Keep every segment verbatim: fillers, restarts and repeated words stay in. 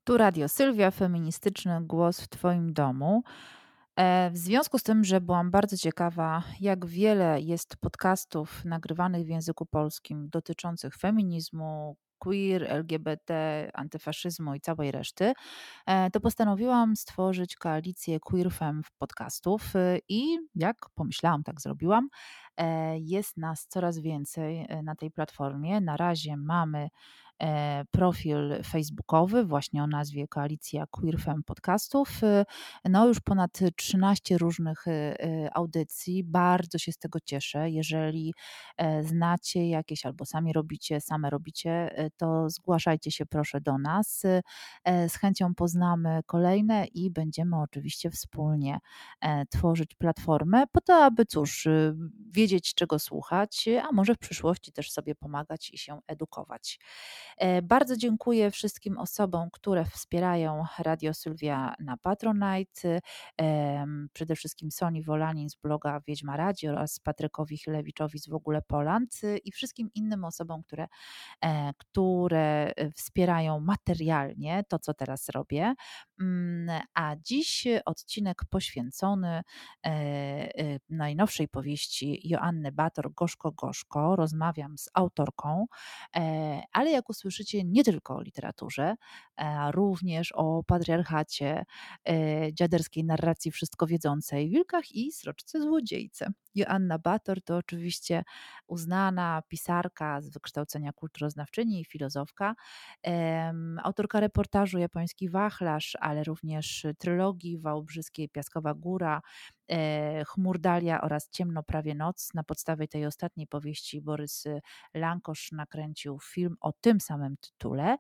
Tu Radio Sylwia, feministyczny głos w Twoim domu. E, W związku z tym, że byłam bardzo ciekawa, jak wiele jest podcastów nagrywanych w języku polskim dotyczących feminizmu, queer, L G B T, antyfaszyzmu i całej reszty, e, to postanowiłam stworzyć koalicję Queer Fem podcastów y, i jak pomyślałam, tak zrobiłam. E, Jest nas coraz więcej e, na tej platformie. Na razie mamy e, profil facebookowy właśnie o nazwie Koalicja Queer Fem Podcastów. Y, No już ponad trzynaście różnych y, y, audycji. Bardzo się z tego cieszę. Jeżeli e, znacie jakieś albo sami robicie, same robicie, y, to zgłaszajcie się proszę do nas. Y, e, Z chęcią poznamy kolejne i będziemy oczywiście wspólnie e, tworzyć platformę po to, aby cóż, y, wiedzieć czego słuchać, a może w przyszłości też sobie pomagać i się edukować. E, Bardzo dziękuję wszystkim osobom, które wspierają Radio Sylwia na Patronite. em, Przede wszystkim Soni Wolanin z bloga Wiedźma Radio oraz Patrykowi Chylewiczowi z W ogóle Poland y, i wszystkim innym osobom, które, e, które e, wspierają materialnie to, co teraz robię. Mm, A dziś odcinek poświęcony e, e, najnowszej powieści Joanny Bator Gorzko Gorzko. Rozmawiam z autorką, E, ale jak usłyszycie, nie tylko o literaturze, a również o patriarchacie, e, dziaderskiej narracji wszystkowiedzącej, wilkach i sroczce złodziejce. Joanna Bator to oczywiście uznana pisarka z wykształcenia kulturoznawczyni i filozofka, em, autorka reportażu Japoński Wachlarz, ale również trylogii Wałbrzyskiej Piaskowa Góra, e, Chmurdalia oraz Ciemno prawie noc. Na podstawie tej ostatniej powieści Borys Lankosz nakręcił film o tym samym tytule.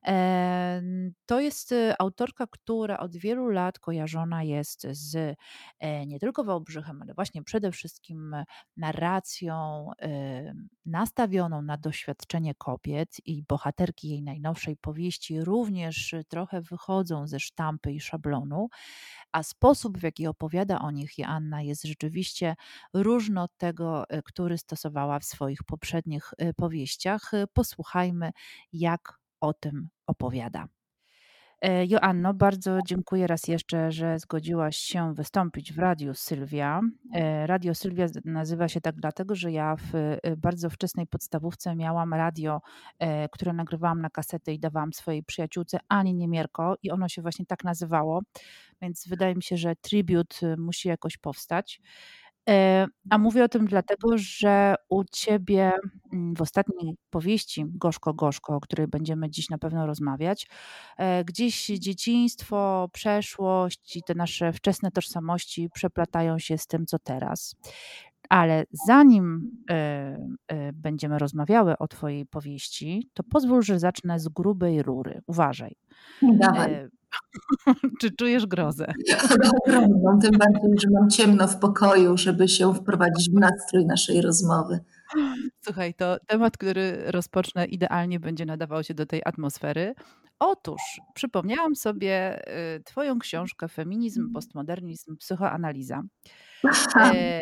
Em, To jest y, autorka, która od wielu lat kojarzona jest z e, nie tylko Wałbrzychem, ale właśnie przede wszystkim narracją y, nastawioną na doświadczenie kobiet i bohaterki jej najnowszej powieści również trochę wychodzą ze sztampy i szablonu, a sposób, w jaki opowiada o nich Joanna, jest rzeczywiście różny od tego, y, który stosowała w swoich poprzednich y, powieściach. Y, Posłuchajmy, jak o tym opowiada. E, Joanno, bardzo dziękuję raz jeszcze, że zgodziłaś się wystąpić w Radiu Sylwia. E, Radio Sylwia z- nazywa się tak dlatego, że ja w e, bardzo wczesnej podstawówce miałam radio, e, które nagrywałam na kasety i dawałam swojej przyjaciółce Ani Niemierko i ono się właśnie tak nazywało, więc wydaje mi się, że tribute y, musi jakoś powstać. E, A mówię o tym dlatego, że u ciebie mm, w ostatniej powieści Gorzko Gorzko, o której będziemy dziś na pewno rozmawiać, e, gdzieś dzieciństwo, przeszłość i te nasze wczesne tożsamości przeplatają się z tym, co teraz. Ale zanim e, e, będziemy rozmawiały o twojej powieści, to pozwól, że zacznę z grubej rury. Uważaj. Dawaj. E, Czy czujesz grozę? Ogromną, tym bardziej, że mam ciemno w pokoju, żeby się wprowadzić w nastrój naszej rozmowy. Słuchaj, to temat, który rozpocznę, idealnie będzie nadawał się do tej atmosfery. Otóż przypomniałam sobie y, twoją książkę Feminizm, postmodernizm, psychoanaliza. E,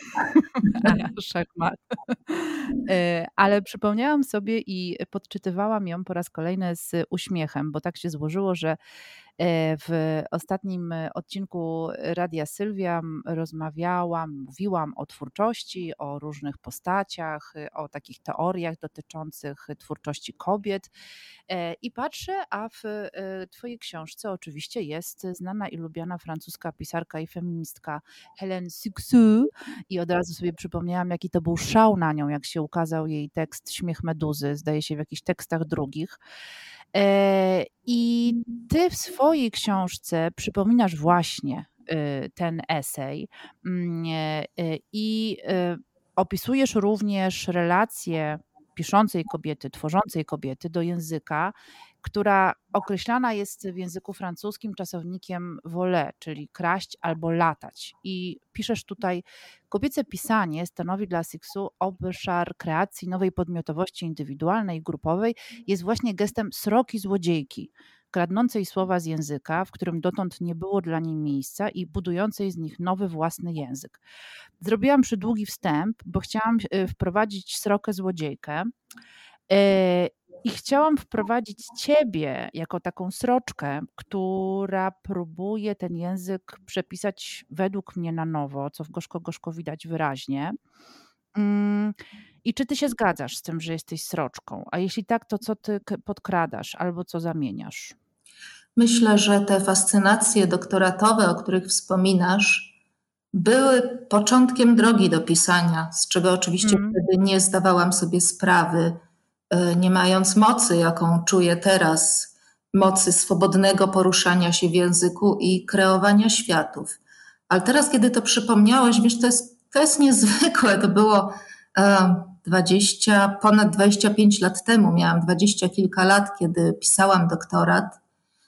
Szachmat. E, Ale przypomniałam sobie i podczytywałam ją po raz kolejny z uśmiechem, bo tak się złożyło, że e, w ostatnim e, odcinku Radia Sylwia m, rozmawiałam, mówiłam o twórczości, o różnych postaciach, e, o takich teoriach dotyczących twórczości kobiet. E, I patrzę, a w e, twojej książce oczywiście jest znana i lubiana francuska pisarka i feministka Hélène Cixous i od razu sobie przypomniałam, jaki to był szał na nią, jak się ukazał jej tekst Śmiech Meduzy, zdaje się w jakichś tekstach drugich. E, I ty w swojej książce przypominasz właśnie y, ten esej mm, e, e, i y, opisujesz również relację piszącej kobiety, tworzącej kobiety do języka, która określana jest w języku francuskim czasownikiem voler, czyli kraść albo latać. I piszesz tutaj, kobiece pisanie stanowi dla Siksu obszar kreacji nowej podmiotowości indywidualnej i grupowej, jest właśnie gestem sroki złodziejki, kradnącej słowa z języka, w którym dotąd nie było dla niej miejsca i budującej z nich nowy własny język. Zrobiłam przydługi wstęp, bo chciałam e, wprowadzić srokę złodziejkę. E, I chciałam wprowadzić ciebie jako taką sroczkę, która próbuje ten język przepisać według mnie na nowo, co w Gorzko Gorzko widać wyraźnie. Mm, I czy ty się zgadzasz z tym, że jesteś sroczką? A jeśli tak, to co ty podkradasz albo co zamieniasz? Myślę, że te fascynacje doktoratowe, o których wspominasz, były początkiem drogi do pisania, z czego oczywiście mm. wtedy nie zdawałam sobie sprawy, nie mając mocy, jaką czuję teraz, mocy swobodnego poruszania się w języku i kreowania światów. Ale teraz, kiedy to przypomniałeś, wiesz, to jest, to jest niezwykłe. To było dwadzieścia, ponad dwadzieścia pięć lat temu, miałam dwadzieścia kilka lat, kiedy pisałam doktorat,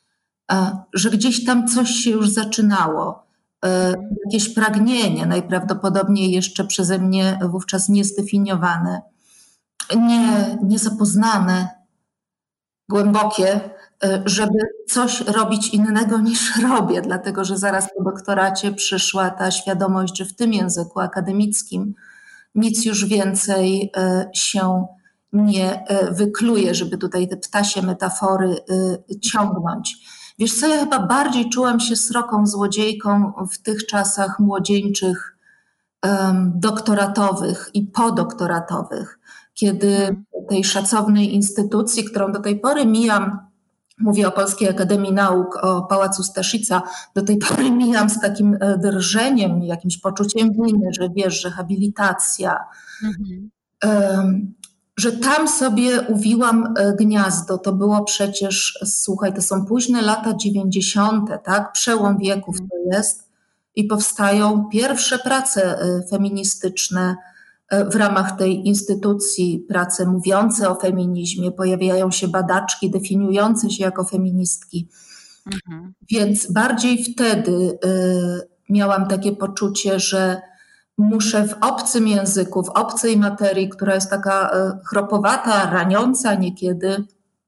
że gdzieś tam coś się już zaczynało. Jakieś pragnienie, najprawdopodobniej jeszcze przeze mnie wówczas niezdefiniowane, nie, niezapoznane, głębokie, żeby coś robić innego niż robię, dlatego że zaraz po doktoracie przyszła ta świadomość, że w tym języku akademickim nic już więcej się nie wykluje, żeby tutaj te ptasie metafory ciągnąć. Wiesz co, ja chyba bardziej czułam się sroką złodziejką w tych czasach młodzieńczych, um, doktoratowych i podoktoratowych, kiedy hmm. tej szacownej instytucji, którą do tej pory mijam, mówię o Polskiej Akademii Nauk, o Pałacu Staszica, do tej pory mijam z takim drżeniem, jakimś poczuciem winy, że wiesz, że habilitacja, hmm. um, że tam sobie uwiłam gniazdo. To było przecież, słuchaj, to są późne lata dziewięćdziesiąte, tak? Przełom wieków to jest i powstają pierwsze prace feministyczne w ramach tej instytucji, prace mówiące o feminizmie, pojawiają się badaczki definiujące się jako feministki. Mhm. Więc bardziej wtedy y, miałam takie poczucie, że muszę w obcym języku, w obcej materii, która jest taka chropowata, raniąca niekiedy,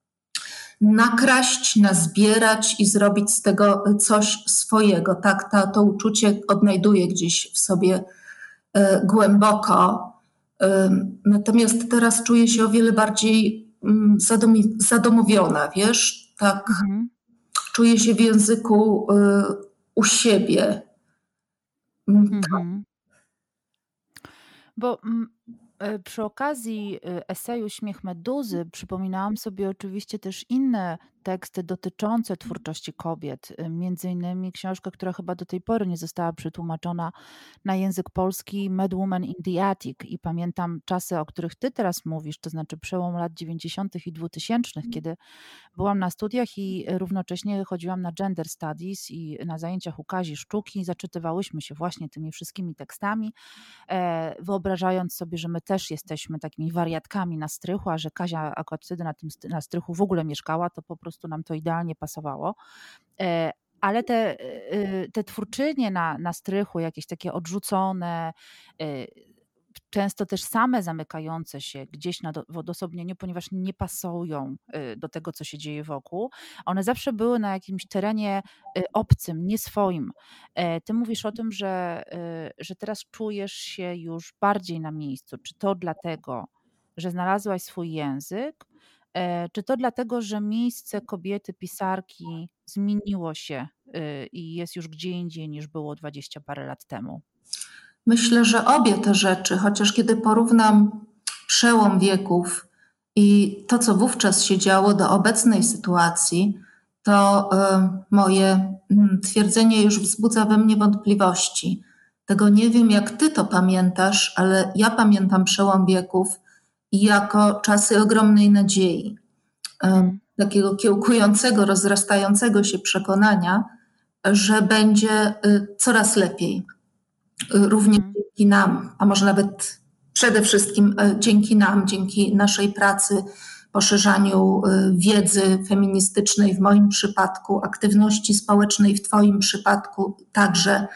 nakraść, nazbierać i zrobić z tego coś swojego. Tak, ta, to uczucie odnajduję gdzieś w sobie e, głęboko. E, natomiast teraz czuję się o wiele bardziej mm, zadomi- zadomowiona, wiesz? Tak, mhm. Czuję się w języku e, u siebie. Mhm. Bo m, przy okazji eseju Śmiech Meduzy przypominałam sobie oczywiście też inne teksty dotyczące twórczości kobiet, między innymi książkę, która chyba do tej pory nie została przetłumaczona na język polski, Mad Woman in the Attic, i pamiętam czasy, o których ty teraz mówisz, to znaczy przełom lat dziewięćdziesiątych i dwutysięcznych, kiedy byłam na studiach i równocześnie chodziłam na gender studies i na zajęciach u Kazi Sztuki zaczytywałyśmy się właśnie tymi wszystkimi tekstami, wyobrażając sobie, że my też jesteśmy takimi wariatkami na strychu, a że Kazia akurat wtedy na tym na strychu w ogóle mieszkała, to po prostu nam to idealnie pasowało. Ale te, te twórczynie na, na strychu, jakieś takie odrzucone, często też same zamykające się gdzieś na do, w odosobnieniu, ponieważ nie pasują do tego, co się dzieje wokół. One zawsze były na jakimś terenie obcym, nie swoim. Ty mówisz o tym, że, że teraz czujesz się już bardziej na miejscu. Czy to dlatego, że znalazłaś swój język, czy to dlatego, że miejsce kobiety, pisarki zmieniło się i jest już gdzie indziej niż było dwadzieścia parę lat temu? Myślę, że obie te rzeczy, chociaż kiedy porównam przełom wieków i to, co wówczas się działo, do obecnej sytuacji, to y, moje y, twierdzenie już wzbudza we mnie wątpliwości. Tego nie wiem, jak ty to pamiętasz, ale ja pamiętam przełom wieków jako czasy ogromnej nadziei. Y, mm. Takiego kiełkującego, rozrastającego się przekonania, że będzie y, coraz lepiej. Również dzięki nam, a może nawet przede wszystkim dzięki nam, dzięki naszej pracy, poszerzaniu wiedzy feministycznej w moim przypadku, aktywności społecznej w twoim przypadku także.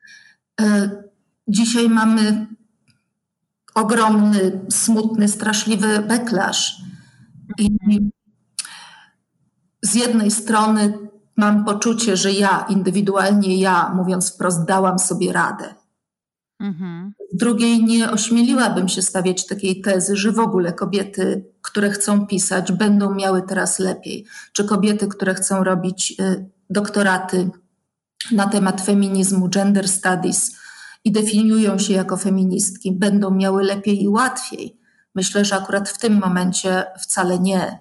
Dzisiaj mamy ogromny, smutny, straszliwy backlash. I z jednej strony mam poczucie, że ja, indywidualnie ja, mówiąc wprost, dałam sobie radę. Z drugiej nie ośmieliłabym się stawiać takiej tezy, że w ogóle kobiety, które chcą pisać, będą miały teraz lepiej? Czy kobiety, które chcą robić doktoraty na temat feminizmu, gender studies i definiują się jako feministki, będą miały lepiej i łatwiej? Myślę, że akurat w tym momencie wcale nie.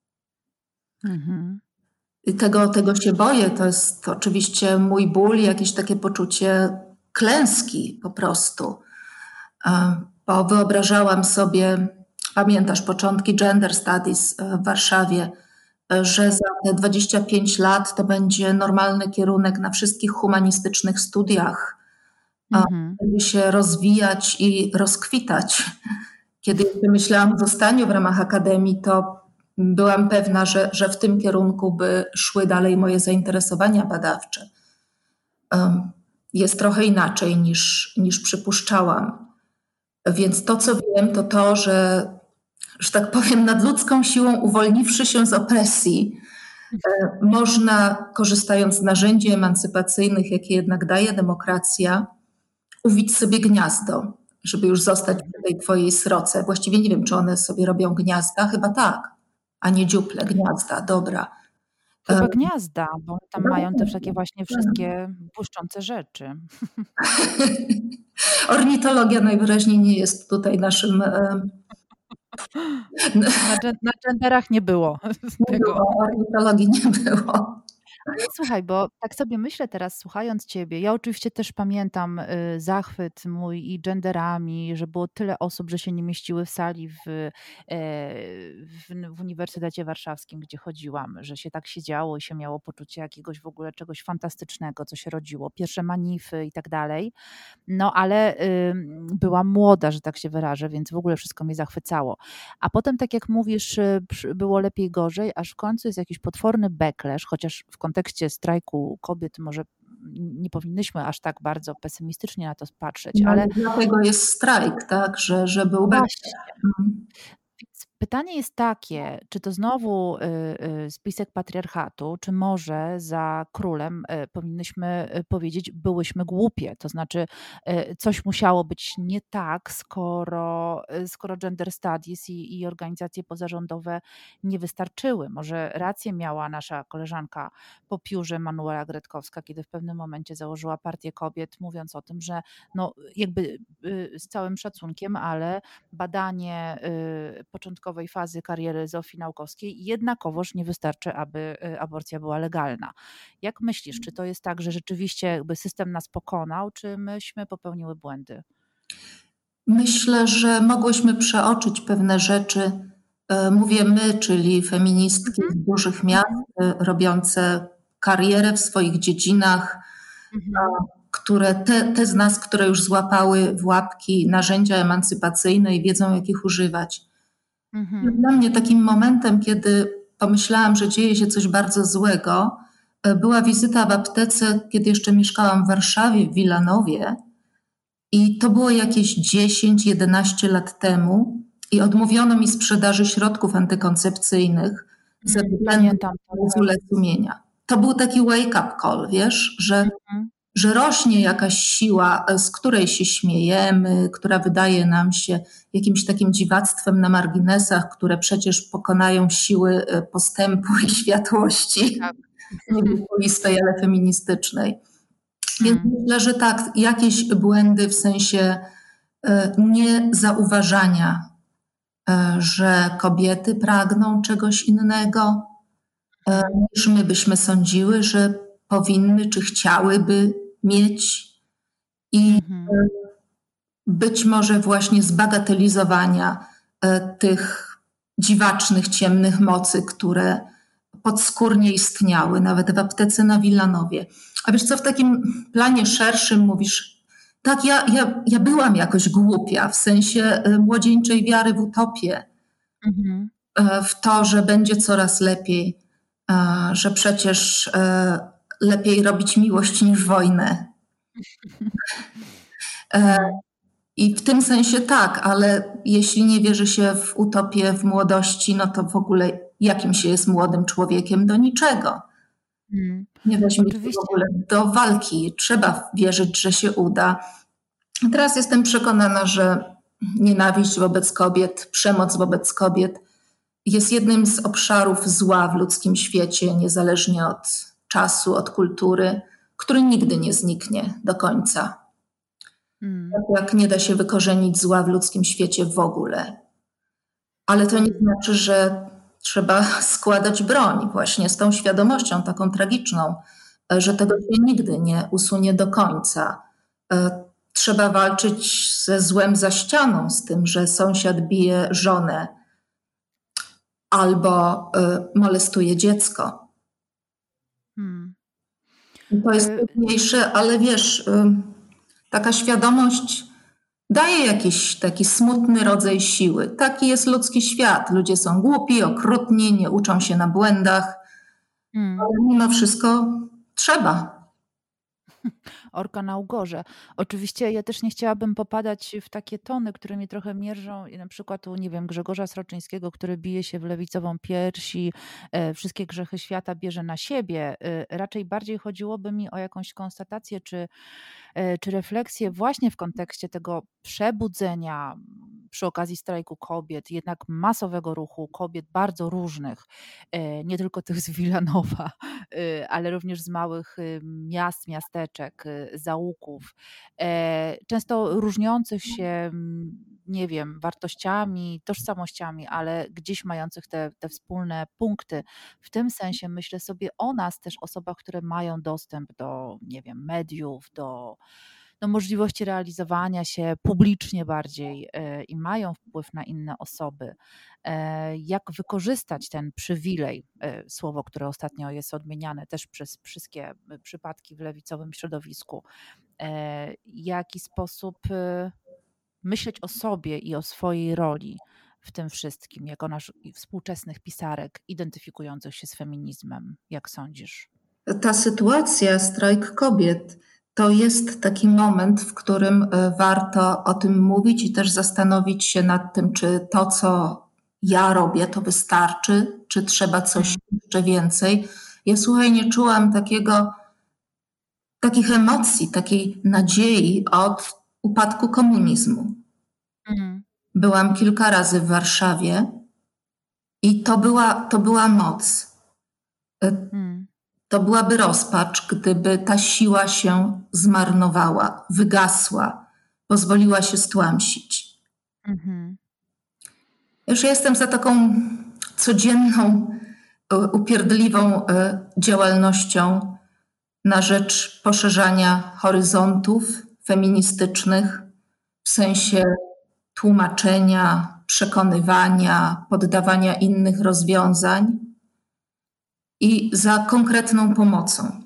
Mhm. I tego, tego się boję. To jest oczywiście mój ból, jakieś takie poczucie klęski po prostu. Bo wyobrażałam sobie, pamiętasz początki Gender Studies w Warszawie, że za te dwadzieścia pięć lat to będzie normalny kierunek na wszystkich humanistycznych studiach. Mhm. Będzie się rozwijać i rozkwitać. Kiedy myślałam o zostaniu w ramach akademii, to byłam pewna, że, że w tym kierunku by szły dalej moje zainteresowania badawcze. Jest trochę inaczej niż, niż przypuszczałam. Więc to, co wiem, to to, że, że tak powiem, nadludzką siłą uwolniwszy się z opresji, można, korzystając z narzędzi emancypacyjnych, jakie jednak daje demokracja, uwić sobie gniazdo, żeby już zostać w tej twojej sroce. Właściwie nie wiem, czy one sobie robią gniazda, chyba tak, a nie dziuple, gniazda, dobra. Chyba gniazda, bo tam mają te takie właśnie wszystkie błyszczące rzeczy. Ornitologia najwyraźniej nie jest tutaj naszym... Na, na genderach nie było nie tego. Było, ornitologii nie było. Ale słuchaj, bo tak sobie myślę teraz, słuchając ciebie, ja oczywiście też pamiętam y, zachwyt mój i genderami, że było tyle osób, że się nie mieściły w sali w, y, w, w Uniwersytecie Warszawskim, gdzie chodziłam, że się tak siedziało i się miało poczucie jakiegoś w ogóle czegoś fantastycznego, co się rodziło, pierwsze manify i tak dalej. No ale y, byłam młoda, że tak się wyrażę, więc w ogóle wszystko mnie zachwycało. A potem, tak jak mówisz, y, było lepiej, gorzej, aż w końcu jest jakiś potworny backlash, chociaż w kontekście strajku kobiet może nie powinnyśmy aż tak bardzo pesymistycznie na to patrzeć, no, ale... Dlatego jest strajk, tak, że, że był Właśnie. Mhm. Więc pytanie jest takie, czy to znowu y, y, spisek patriarchatu, czy może za królem y, powinnyśmy y, powiedzieć, byłyśmy głupie, to znaczy y, coś musiało być nie tak, skoro, y, skoro gender studies i, i organizacje pozarządowe nie wystarczyły. Może rację miała nasza koleżanka po piórze Manuela Gretkowska, kiedy w pewnym momencie założyła Partię Kobiet, mówiąc o tym, że no jakby y, z całym szacunkiem, ale badanie y, początkowej fazy kariery Zofii Naukowskiej jednakowoż nie wystarczy, aby aborcja była legalna. Jak myślisz, czy to jest tak, że rzeczywiście jakby system nas pokonał, czy myśmy popełniły błędy? Myślę, że mogłyśmy przeoczyć pewne rzeczy. Mówię my, czyli feministki Mhm. z dużych miast, robiące karierę w swoich dziedzinach, Mhm. które te, te z nas, które już złapały w łapki narzędzia emancypacyjne i wiedzą, jak ich używać. Mhm. Dla mnie takim momentem, kiedy pomyślałam, że dzieje się coś bardzo złego, była wizyta w aptece, kiedy jeszcze mieszkałam w Warszawie, w Wilanowie. I to było jakieś dziesięć jedenaście lat temu i odmówiono mi sprzedaży środków antykoncepcyjnych ze względu na klauzulę sumienia. To był taki wake-up call, wiesz, że, Mhm. że rośnie jakaś siła, z której się śmiejemy, która wydaje nam się jakimś takim dziwactwem na marginesach, które przecież pokonają siły postępu i światłości, Tak. nie wiekuistej, ale feministycznej. Więc hmm. myślę, że tak, jakieś błędy w sensie e, niezauważania, e, że kobiety pragną czegoś innego, e, niż my byśmy sądziły, że powinny czy chciałyby mieć. I hmm. e, być może właśnie zbagatelizowania e, tych dziwacznych, ciemnych mocy, które podskórnie istniały, nawet w aptece na Wilanowie. A wiesz co, w takim planie szerszym mówisz, tak, ja, ja, ja byłam jakoś głupia, w sensie młodzieńczej wiary w utopię, mhm. w to, że będzie coraz lepiej, że przecież lepiej robić miłość niż wojnę. I w tym sensie tak, ale jeśli nie wierzy się w utopię w młodości, no to w ogóle jakim się jest młodym człowiekiem? Do niczego. Hmm. Nie weźmie się w ogóle do walki. Trzeba wierzyć, że się uda. Teraz jestem przekonana, że nienawiść wobec kobiet, przemoc wobec kobiet jest jednym z obszarów zła w ludzkim świecie, niezależnie od czasu, od kultury, który nigdy nie zniknie do końca. Mm. Tak jak nie da się wykorzenić zła w ludzkim świecie w ogóle. Ale to nie znaczy, że trzeba składać broń właśnie z tą świadomością taką tragiczną, że tego się nigdy nie usunie do końca. Trzeba walczyć ze złem za ścianą, z tym, że sąsiad bije żonę albo molestuje dziecko. Hmm. To jest Y- trudniejsze, ale wiesz, taka świadomość daje jakiś taki smutny rodzaj siły. Taki jest ludzki świat. Ludzie są głupi, okrutni, nie uczą się na błędach, Hmm. ale mimo wszystko trzeba. Orka na ugorze. Oczywiście ja też nie chciałabym popadać w takie tony, które mnie trochę mierzą, i na przykład u, nie wiem, Grzegorza Sroczyńskiego, który bije się w lewicową pierś i e, wszystkie grzechy świata bierze na siebie. E, raczej bardziej chodziłoby mi o jakąś konstatację czy, e, czy refleksję właśnie w kontekście tego przebudzenia przy okazji strajku kobiet, jednak masowego ruchu kobiet bardzo różnych, e, nie tylko tych z Wilanowa, e, ale również z małych y, miast, miasteczek, y, zaułków, e, często różniących się, mm, nie wiem, wartościami, tożsamościami, ale gdzieś mających te, te wspólne punkty. W tym sensie myślę sobie o nas też, osobach, które mają dostęp do, nie wiem, mediów, do, do możliwości realizowania się publicznie bardziej e, i mają wpływ na inne osoby. E, Jak wykorzystać ten przywilej, e, słowo, które ostatnio jest odmieniane też przez wszystkie e, przypadki w lewicowym środowisku, e, w jaki sposób e, myśleć o sobie i o swojej roli w tym wszystkim, jako nasz współczesnych pisarek identyfikujących się z feminizmem. Jak sądzisz? Ta sytuacja, strajk kobiet, to jest taki moment, w którym warto o tym mówić i też zastanowić się nad tym, czy to, co ja robię, to wystarczy, czy trzeba coś jeszcze więcej. Ja słuchaj, nie czułam takiego, takich emocji, takiej nadziei od upadku komunizmu. Mhm. Byłam kilka razy w Warszawie i to była, to była moc. Mhm. To byłaby rozpacz, gdyby ta siła się zmarnowała, wygasła, pozwoliła się stłamsić. Mhm. Już jestem za taką codzienną, upierdliwą działalnością na rzecz poszerzania horyzontów feministycznych w sensie tłumaczenia, przekonywania, poddawania innych rozwiązań i za konkretną pomocą.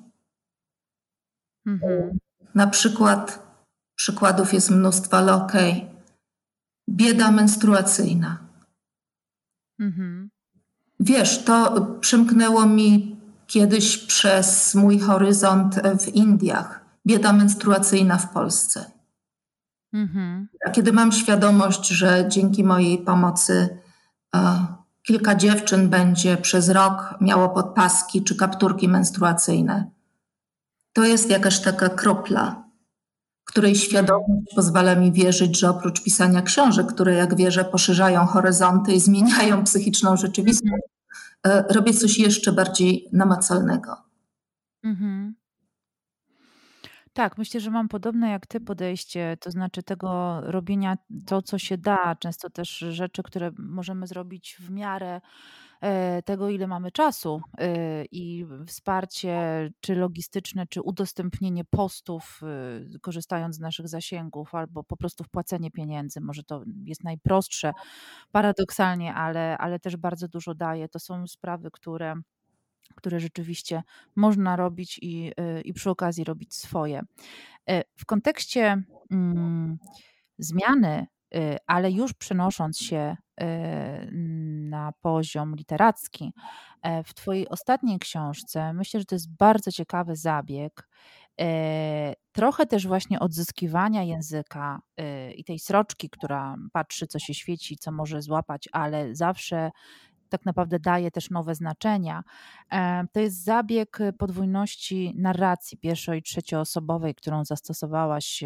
Mhm. Na przykład, przykładów jest mnóstwo, ale okej, bieda menstruacyjna. Mhm. Wiesz, to przymknęło mi kiedyś przez mój horyzont w Indiach. Bieda menstruacyjna w Polsce. Mhm. A kiedy mam świadomość, że dzięki mojej pomocy e, kilka dziewczyn będzie przez rok miało podpaski czy kapturki menstruacyjne, to jest jakaś taka kropla, której świadomość pozwala mi wierzyć, że oprócz pisania książek, które jak wierzę poszerzają horyzonty i zmieniają psychiczną rzeczywistość, e, robię coś jeszcze bardziej namacalnego. Mhm. Tak, myślę, że mam podobne jak ty podejście, to znaczy tego robienia to, co się da, często też rzeczy, które możemy zrobić w miarę e, tego, ile mamy czasu, e, i wsparcie czy logistyczne, czy udostępnienie postów, e, korzystając z naszych zasięgów, albo po prostu wpłacenie pieniędzy. Może to jest najprostsze, paradoksalnie, ale, ale też bardzo dużo daje. To są sprawy, które które rzeczywiście można robić i, y, i przy okazji robić swoje. E, W kontekście mm, zmiany, y, ale już przenosząc się y, na poziom literacki, e, w Twojej ostatniej książce myślę, że to jest bardzo ciekawy zabieg. e, Trochę też właśnie odzyskiwania języka y, i tej sroczki, która patrzy, co się świeci, co może złapać, ale zawsze tak naprawdę daje też nowe znaczenia. To jest zabieg podwójności narracji pierwszo- i trzecioosobowej, którą zastosowałaś,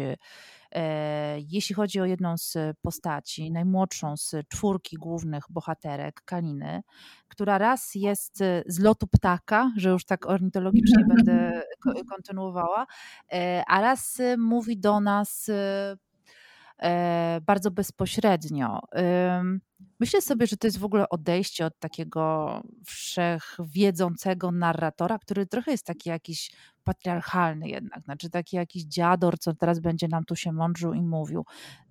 jeśli chodzi o jedną z postaci, najmłodszą z czwórki głównych bohaterek, Kaliny, która raz jest z lotu ptaka, że już tak ornitologicznie będę kontynuowała, a raz mówi do nas bardzo bezpośrednio. Myślę sobie, że to jest w ogóle odejście od takiego wszechwiedzącego narratora, który trochę jest taki jakiś patriarchalny jednak, znaczy taki jakiś dziador, co teraz będzie nam tu się mądrzył i mówił.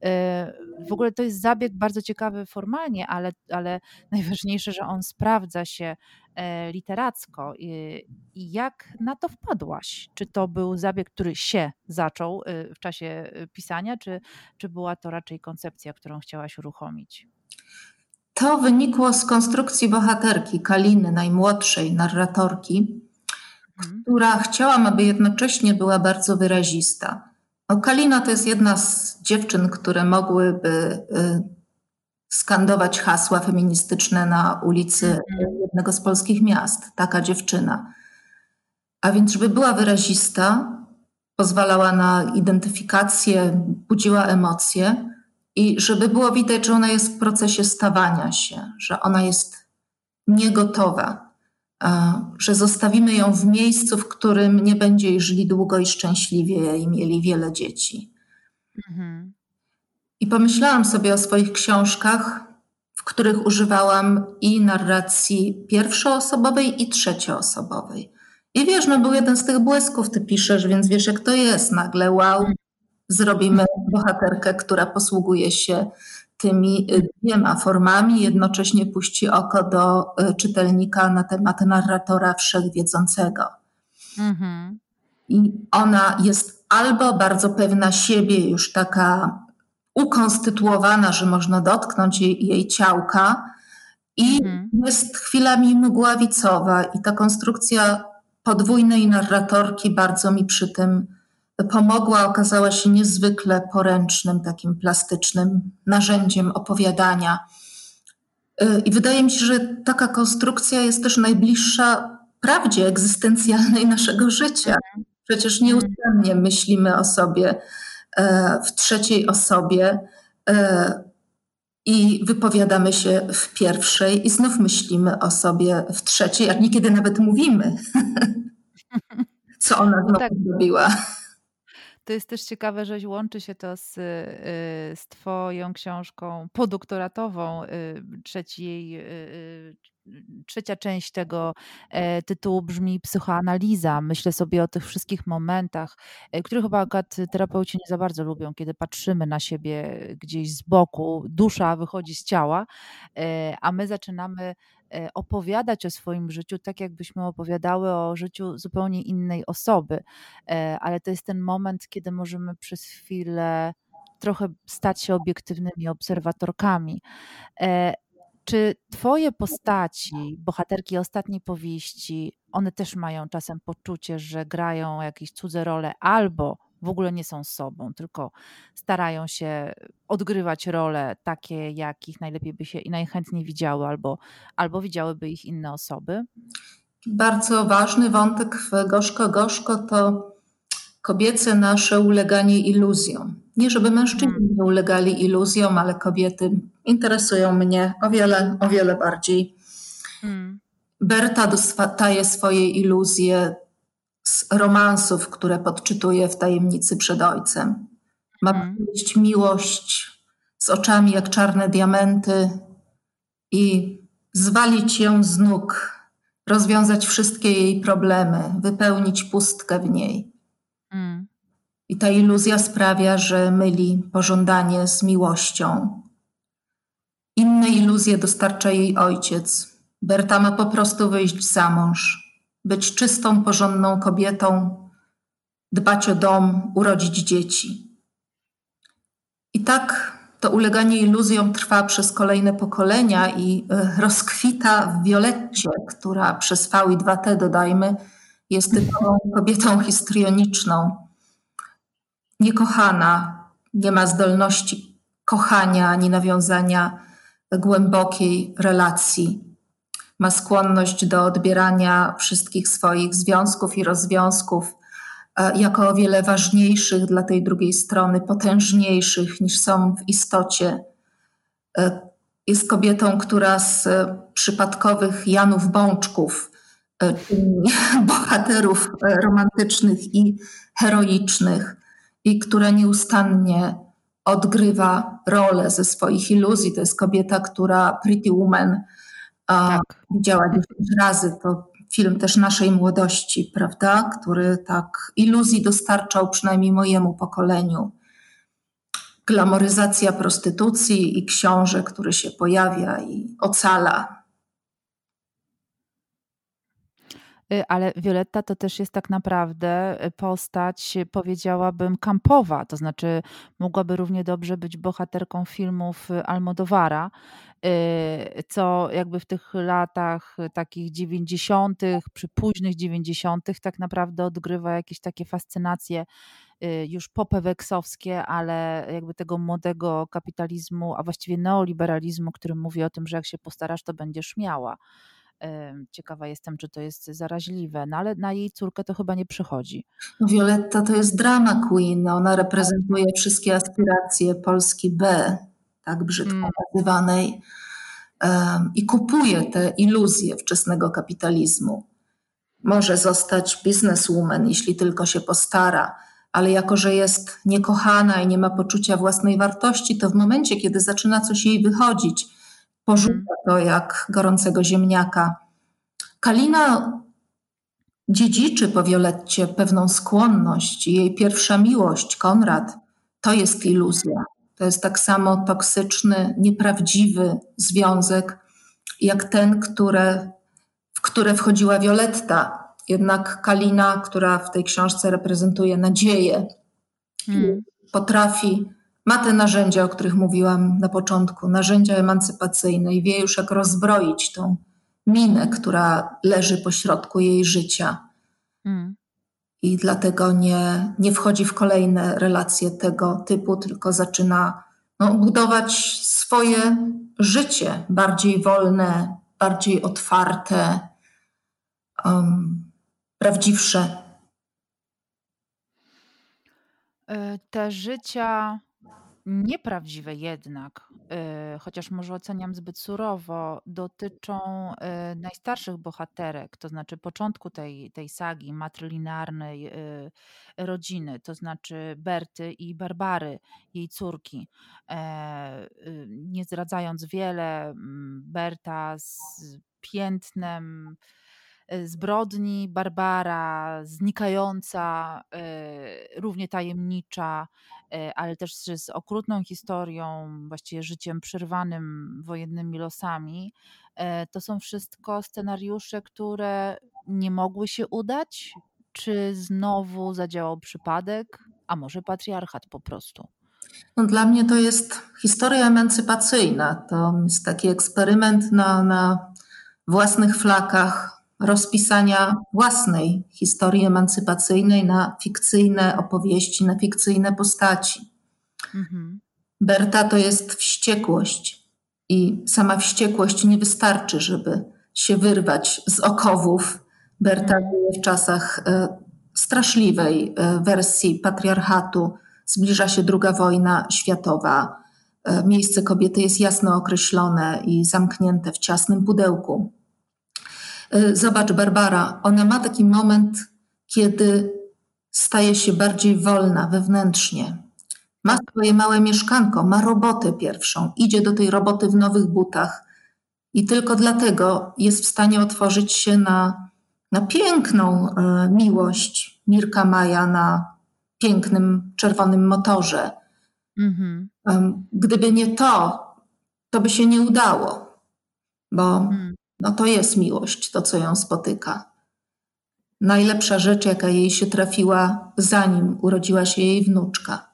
W ogóle to jest zabieg bardzo ciekawy formalnie, ale, ale najważniejsze, że on sprawdza się literacko. I, I jak na to wpadłaś? Czy to był zabieg, który się zaczął w czasie pisania, czy, czy była to raczej koncepcja, którą chciałaś uruchomić? To wynikło z konstrukcji bohaterki Kaliny, najmłodszej narratorki, hmm. która chciałam, aby jednocześnie była bardzo wyrazista. No, Kalina to jest jedna z dziewczyn, które mogłyby y, skandować hasła feministyczne na ulicy hmm. jednego z polskich miast. Taka dziewczyna. A więc, żeby była wyrazista, pozwalała na identyfikację, budziła emocje i żeby było widać, że ona jest w procesie stawania się, że ona jest niegotowa, że zostawimy ją w miejscu, w którym nie będzie żyli długo i szczęśliwie i mieli wiele dzieci. Mhm. I pomyślałam sobie o swoich książkach, w których używałam i narracji pierwszoosobowej i trzecioosobowej. I wiesz, no był jeden z tych błysków, ty piszesz, więc wiesz jak to jest. Nagle wow, zrobimy bohaterkę, która posługuje się tymi dwiema formami, jednocześnie puści oko do czytelnika na temat narratora wszechwiedzącego. Mhm. I ona jest albo bardzo pewna siebie, już taka ukonstytuowana, że można dotknąć jej, jej ciałka i mhm. jest chwilami mgławicowa i ta konstrukcja podwójnej narratorki bardzo mi przy tym pomogła, okazała się niezwykle poręcznym, takim plastycznym narzędziem opowiadania. I wydaje mi się, że taka konstrukcja jest też najbliższa prawdzie egzystencjalnej naszego życia. Przecież nieustannie myślimy o sobie w trzeciej osobie i wypowiadamy się w pierwszej i znów myślimy o sobie w trzeciej, a niekiedy nawet mówimy, co ona znowu zrobiła. To jest też ciekawe, że łączy się to z, z twoją książką podoktoratową, trzeciej, trzecia część tego tytułu brzmi Psychoanaliza. Myślę sobie o tych wszystkich momentach, których chyba akurat terapeuci nie za bardzo lubią, kiedy patrzymy na siebie gdzieś z boku, dusza wychodzi z ciała, a my zaczynamy opowiadać o swoim życiu tak, jakbyśmy opowiadały o życiu zupełnie innej osoby. Ale to jest ten moment, kiedy możemy przez chwilę trochę stać się obiektywnymi obserwatorkami. Czy twoje postaci, bohaterki ostatniej powieści, one też mają czasem poczucie, że grają jakieś cudze role albo w ogóle nie są sobą, tylko starają się odgrywać role takie, jakich najlepiej by się i najchętniej widziały, albo, albo widziałyby ich inne osoby? Bardzo ważny wątek w Gorzko Gorzko to kobiece nasze uleganie iluzjom. Nie żeby mężczyźni hmm. nie ulegali iluzjom, ale kobiety interesują mnie o wiele, o wiele bardziej. Hmm. Berta dostaje swoje iluzje z romansów, które podczytuje w Tajemnicy przed ojcem. Ma hmm. przyjść miłość z oczami jak czarne diamenty i zwalić ją z nóg, rozwiązać wszystkie jej problemy, wypełnić pustkę w niej. Mm. I ta iluzja sprawia, że myli pożądanie z miłością. Inne iluzje dostarcza jej ojciec. Berta ma po prostu wyjść za mąż, być czystą, porządną kobietą, dbać o dom, urodzić dzieci. I tak to uleganie iluzjom trwa przez kolejne pokolenia i rozkwita w Violetcie, która przez V i dwa T, dodajmy, jest typową kobietą histrioniczną, niekochana, nie ma zdolności kochania ani nawiązania głębokiej relacji. ma skłonność do odbierania wszystkich swoich związków i rozwiązków jako o wiele ważniejszych dla tej drugiej strony, potężniejszych niż są w istocie. Jest kobietą, która z przypadkowych Janów Bączków czyni bohaterów romantycznych i heroicznych i która nieustannie odgrywa rolę ze swoich iluzji. To jest kobieta, która Pretty Woman Tak. widziała dziesięć razy. To film też naszej młodości, prawda? Który tak iluzji dostarczał przynajmniej mojemu pokoleniu. Glamoryzacja prostytucji i książę, który się pojawia i ocala. Ale Violetta to też jest tak naprawdę postać, powiedziałabym, kampowa. To znaczy mogłaby równie dobrze być bohaterką filmów Almodóvara, co jakby w tych latach takich dziewięćdziesiątych, przy późnych dziewięćdziesiątych tak naprawdę odgrywa jakieś takie fascynacje już popeweksowskie, ale jakby tego młodego kapitalizmu, a właściwie neoliberalizmu, który mówi o tym, że jak się postarasz, to będziesz miała. Ciekawa jestem, czy to jest zaraźliwe, no ale na jej córkę to chyba nie przychodzi. No Violetta to jest drama queen. Ona reprezentuje wszystkie aspiracje Polski B, tak brzydko Mm. nazywanej, um, i kupuje te iluzje wczesnego kapitalizmu. Może zostać businesswoman, jeśli tylko się postara, ale jako, że jest niekochana i nie ma poczucia własnej wartości, to w momencie, kiedy zaczyna coś jej wychodzić, porzuca to jak gorącego ziemniaka. Kalina dziedziczy po Violetcie pewną skłonność. Jej pierwsza miłość, Konrad, to jest iluzja. To jest tak samo toksyczny, nieprawdziwy związek, jak ten, które, w które wchodziła Violetta. Jednak Kalina, która w tej książce reprezentuje nadzieję, mm. potrafi, ma te narzędzia, o których mówiłam na początku, narzędzia emancypacyjne i wie już, jak rozbroić tą minę, która leży pośrodku jej życia. Mm. I dlatego nie, nie wchodzi w kolejne relacje tego typu, tylko zaczyna no, budować swoje życie bardziej wolne, bardziej otwarte, um, prawdziwsze. Te życia nieprawdziwe jednak, chociaż może oceniam zbyt surowo, dotyczą najstarszych bohaterek, to znaczy początku tej, tej sagi matrylinearnej rodziny, to znaczy Berty i Barbary, jej córki. Nie zdradzając wiele, Berta z piętnem zbrodni, Barbara znikająca, równie tajemnicza, ale też z okrutną historią, właściwie życiem przerwanym wojennymi losami. To są wszystko scenariusze, które nie mogły się udać? Czy znowu zadziałał przypadek, a może patriarchat po prostu? No, dla mnie to jest historia emancypacyjna. To jest taki eksperyment na, na własnych flakach rozpisania własnej historii emancypacyjnej na fikcyjne opowieści, na fikcyjne postaci. Mhm. Berta to jest wściekłość i sama wściekłość nie wystarczy, żeby się wyrwać z okowów. Berta żyje w czasach e, straszliwej e, wersji patriarchatu. Zbliża się druga wojna światowa. E, miejsce kobiety jest jasno określone i zamknięte w ciasnym pudełku. Zobacz, Barbara, ona ma taki moment, kiedy staje się bardziej wolna wewnętrznie. Ma swoje małe mieszkanko, ma robotę pierwszą, idzie do tej roboty w nowych butach i tylko dlatego jest w stanie otworzyć się na, na piękną e, miłość Mirka Maja na pięknym czerwonym motorze. Mhm. Gdyby nie to, to by się nie udało, bo mhm. no to jest miłość, to co ją spotyka. Najlepsza rzecz, jaka jej się trafiła, zanim urodziła się jej wnuczka.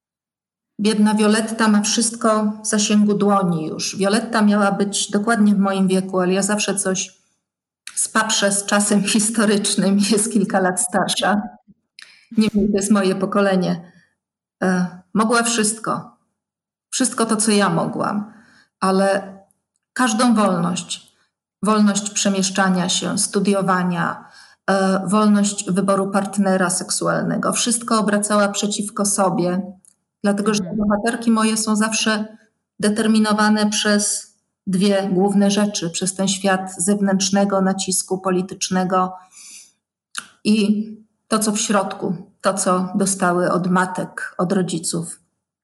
Biedna Violetta ma wszystko w zasięgu dłoni już. Violetta miała być dokładnie w moim wieku, ale ja zawsze coś spatrzę z czasem historycznym, jest kilka lat starsza. Niemniej to jest moje pokolenie. E, mogła wszystko. Wszystko to, co ja mogłam, ale każdą wolność. wolność przemieszczania się, studiowania, wolność wyboru partnera seksualnego. Wszystko obracała przeciwko sobie, dlatego że bohaterki moje są zawsze determinowane przez dwie główne rzeczy, przez ten świat zewnętrznego nacisku politycznego i to, co w środku, to, co dostały od matek, od rodziców.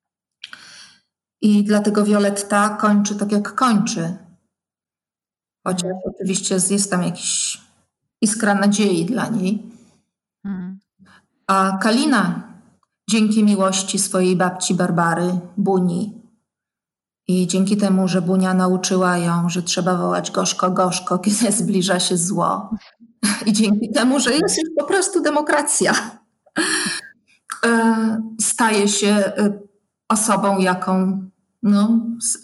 I dlatego Violetta kończy tak, jak kończy. Chociaż mm. oczywiście jest tam jakiś iskra nadziei dla niej. Mm. A Kalina dzięki miłości swojej babci Barbary, Buni, i dzięki temu, że Bunia nauczyła ją, że trzeba wołać gorzko, gorzko, kiedy zbliża się zło. I dzięki temu, że jest już po prostu demokracja, staje się osobą, jaką no,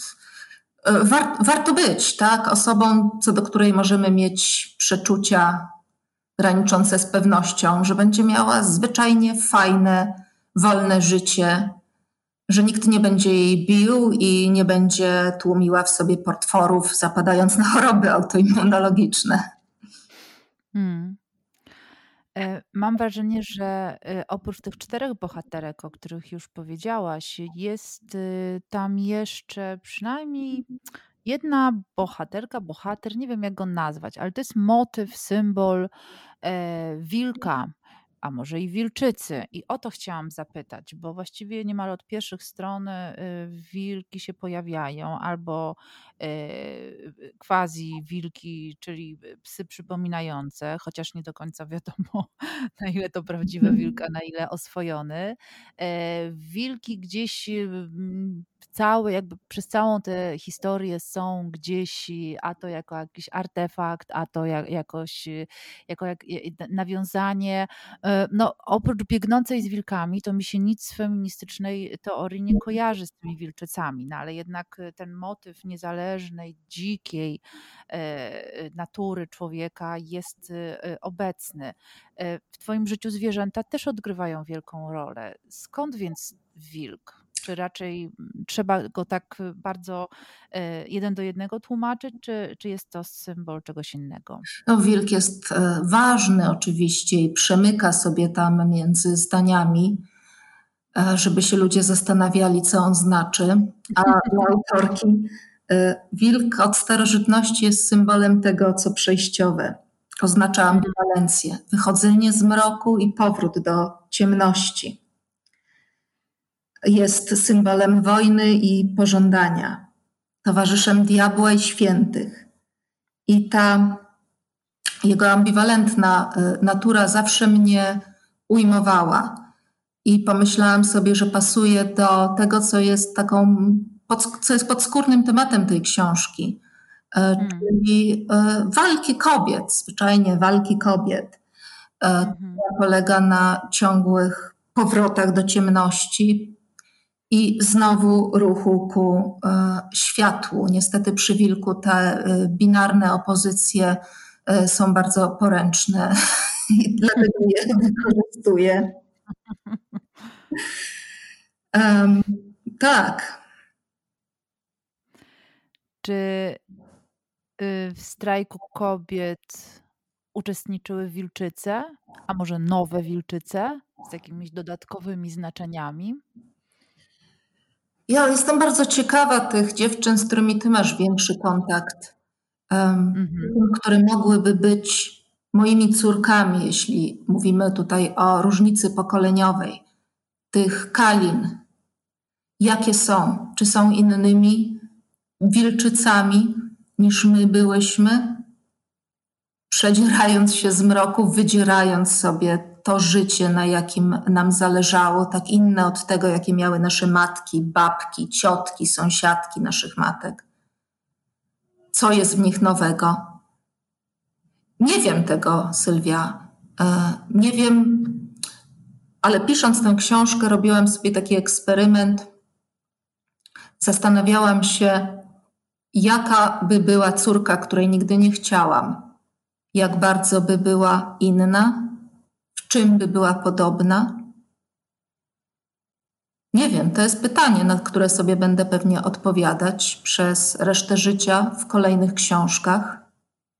war, warto być, tak? Osobą, co do której możemy mieć przeczucia graniczące z pewnością, że będzie miała zwyczajnie fajne, wolne życie, że nikt nie będzie jej bił i nie będzie tłumiła w sobie portworów, zapadając na choroby autoimmunologiczne. Hmm. Mam wrażenie, że oprócz tych czterech bohaterek, o których już powiedziałaś, jest tam jeszcze przynajmniej jedna bohaterka, bohater, nie wiem jak go nazwać, ale to jest motyw, symbol e, wilka, a może i wilczycy. I o to chciałam zapytać, bo właściwie niemal od pierwszych stron y, wilki się pojawiają, albo y, quasi wilki, czyli psy przypominające, chociaż nie do końca wiadomo, na ile to prawdziwe wilka, na ile oswojony. E, wilki gdzieś mm, cały, jakby przez całą tę historię są gdzieś, a to jako jakiś artefakt, a to jak, jakoś jako jak, nawiązanie. No, oprócz biegnącej z wilkami, to mi się nic z feministycznej teorii nie kojarzy z tymi wilczycami, no ale jednak ten motyw niezależnej, dzikiej e, natury człowieka jest e, obecny. E, w twoim życiu zwierzęta też odgrywają wielką rolę. Skąd więc wilk? Czy raczej trzeba go tak bardzo e, jeden do jednego tłumaczyć, czy, czy jest to symbol czegoś innego? No, wilk jest e, ważny oczywiście i przemyka sobie tam między zdaniami, e, żeby się ludzie zastanawiali, co on znaczy. A dla autorki e, wilk od starożytności jest symbolem tego, co przejściowe. Oznacza ambiwalencję, wychodzenie z mroku i powrót do ciemności. Jest symbolem wojny i pożądania, towarzyszem diabła i świętych. I ta jego ambiwalentna natura zawsze mnie ujmowała. I pomyślałam sobie, że pasuje do tego, co jest taką, co jest podskórnym tematem tej książki, hmm. czyli walki kobiet, zwyczajnie walki kobiet. Hmm. Która polega na ciągłych powrotach do ciemności i znowu ruchu ku e, światłu. Niestety przy wilku te e, binarne opozycje e, są bardzo poręczne i dlatego je wykorzystuję. Um, tak. Czy w strajku kobiet uczestniczyły wilczyce, a może nowe wilczyce z jakimiś dodatkowymi znaczeniami? Ja jestem bardzo ciekawa tych dziewczyn, z którymi ty masz większy kontakt, um, mm-hmm. które mogłyby być moimi córkami, jeśli mówimy tutaj o różnicy pokoleniowej, tych Kalin. Jakie są? Czy są innymi wilczycami niż my byłyśmy? Przedzierając się z mroku, wydzierając sobie to życie, na jakim nam zależało, tak inne od tego, jakie miały nasze matki, babki, ciotki, sąsiadki naszych matek. Co jest w nich nowego? Nie wiem tego, Sylwia. Nie wiem, ale pisząc tę książkę, robiłam sobie taki eksperyment. Zastanawiałam się, jaka by była córka, której nigdy nie chciałam. Jak bardzo by była inna? W czym by była podobna? Nie wiem, to jest pytanie, na które sobie będę pewnie odpowiadać przez resztę życia w kolejnych książkach.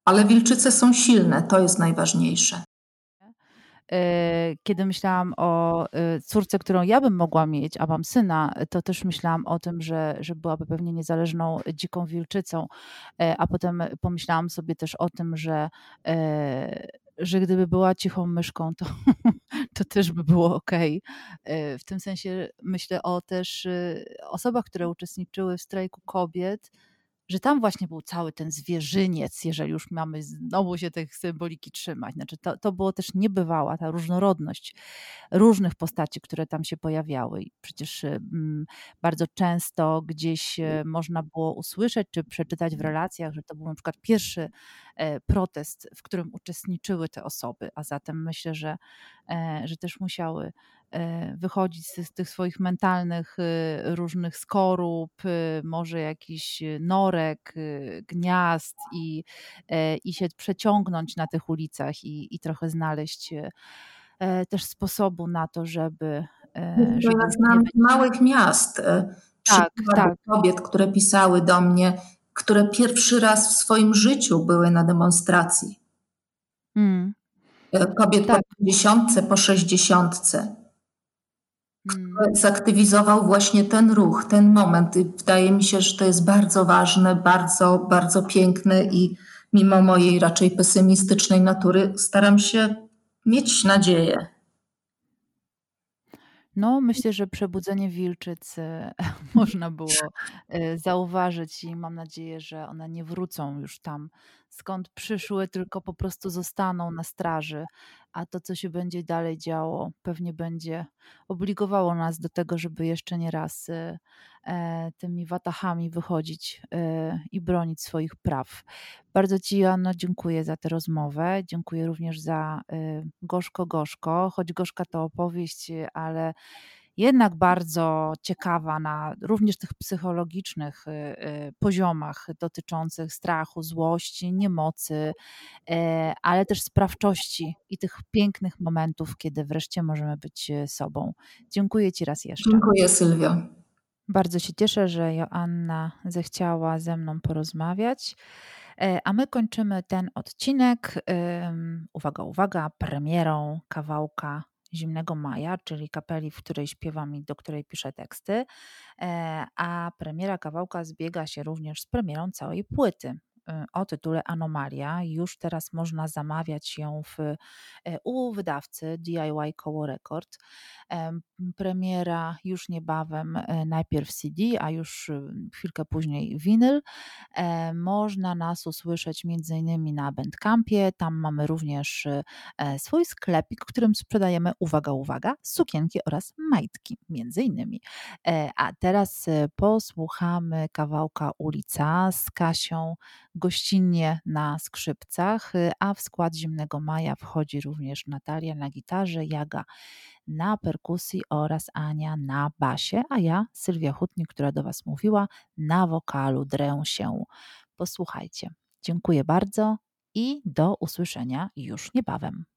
Ale Wilczyce są silne, to jest najważniejsze. Eee, kiedy myślałam o, y, córce, którą ja bym mogła mieć, a mam syna, to też myślałam o tym, że że byłaby pewnie niezależną dziką wilczycą, e, a potem pomyślałam sobie też o tym, że, eee, że gdyby była cichą myszką, to to też by było okej. E, w tym sensie myślę o też, y, osobach, które uczestniczyły w strajku kobiet, że tam właśnie był cały ten zwierzyniec, jeżeli już mamy znowu się tych symboliki trzymać. Znaczy to to było też niebywała ta różnorodność różnych postaci, które tam się pojawiały. I przecież, mm, bardzo często gdzieś, e, można było usłyszeć czy przeczytać w relacjach, że to był na przykład pierwszy, e, protest, w którym uczestniczyły te osoby, a zatem myślę, że, e, że też musiały, e, wychodzić z z tych swoich mentalnych, y, różnych skorup, y, może jakichś norek, y, gniazd i, e, i się przeciągnąć na tych ulicach i i trochę znaleźć, e, też sposobu na to, żeby, e, Ja żeby już nie znam z być małych miast, e, Tak, przykłady tak. kobiet, które pisały do mnie, które pierwszy raz w swoim życiu były na demonstracji. Mhm. E, kobiet po Tak. pięćdziesiątce, po sześćdziesiątce. Mhm. Które zaktywizował właśnie ten ruch, ten moment i wydaje mi się, że to jest bardzo ważne, bardzo, bardzo piękne i mimo mojej raczej pesymistycznej natury staram się mieć nadzieję. No, myślę, że przebudzenie wilczyc, e, można było, e, zauważyć i mam nadzieję, że one nie wrócą już tam, skąd przyszły, tylko po prostu zostaną na straży, a to, co się będzie dalej działo, pewnie będzie obligowało nas do tego, żeby jeszcze nie raz, e, e, tymi watahami wychodzić, e, i bronić swoich praw. Bardzo ci, Joanno, dziękuję za tę rozmowę. Dziękuję również za, y, Gorzko, gorzko, choć gorzka to opowieść, ale jednak bardzo ciekawa na również tych psychologicznych, y, y, poziomach dotyczących strachu, złości, niemocy, e, ale też sprawczości i tych pięknych momentów, kiedy wreszcie możemy być, e, sobą. Dziękuję ci raz jeszcze. Dziękuję, Sylwio. Bardzo się cieszę, że Joanna zechciała ze mną porozmawiać, e, a my kończymy ten odcinek, ym, uwaga, uwaga, premierą kawałka Zimnego Maja, czyli kapeli, w której śpiewam i do której piszę teksty, e, a premiera kawałka zbiega się również z premierą całej płyty, y, o tytule „Anomalia”. Już teraz można zamawiać ją w, e, u wydawcy D I Y Koło Rekord. Em, premiera już niebawem, e, najpierw C D, a już, y, chwilkę później winyl. E, można nas usłyszeć między innymi na Bandcampie, tam mamy również, e, swój sklepik, w którym sprzedajemy, uwaga, uwaga, sukienki oraz majtki między innymi. E, a teraz, e, posłuchamy kawałka „Ulica” z Kasią gościnnie na skrzypcach, y, a w skład Zimnego Maja wchodzi również Natalia na gitarze, Jaga na perkusji oraz Ania na basie, a ja, Sylwia Hutnik, która do was mówiła, na wokalu drę się. Posłuchajcie. Dziękuję bardzo i do usłyszenia już niebawem.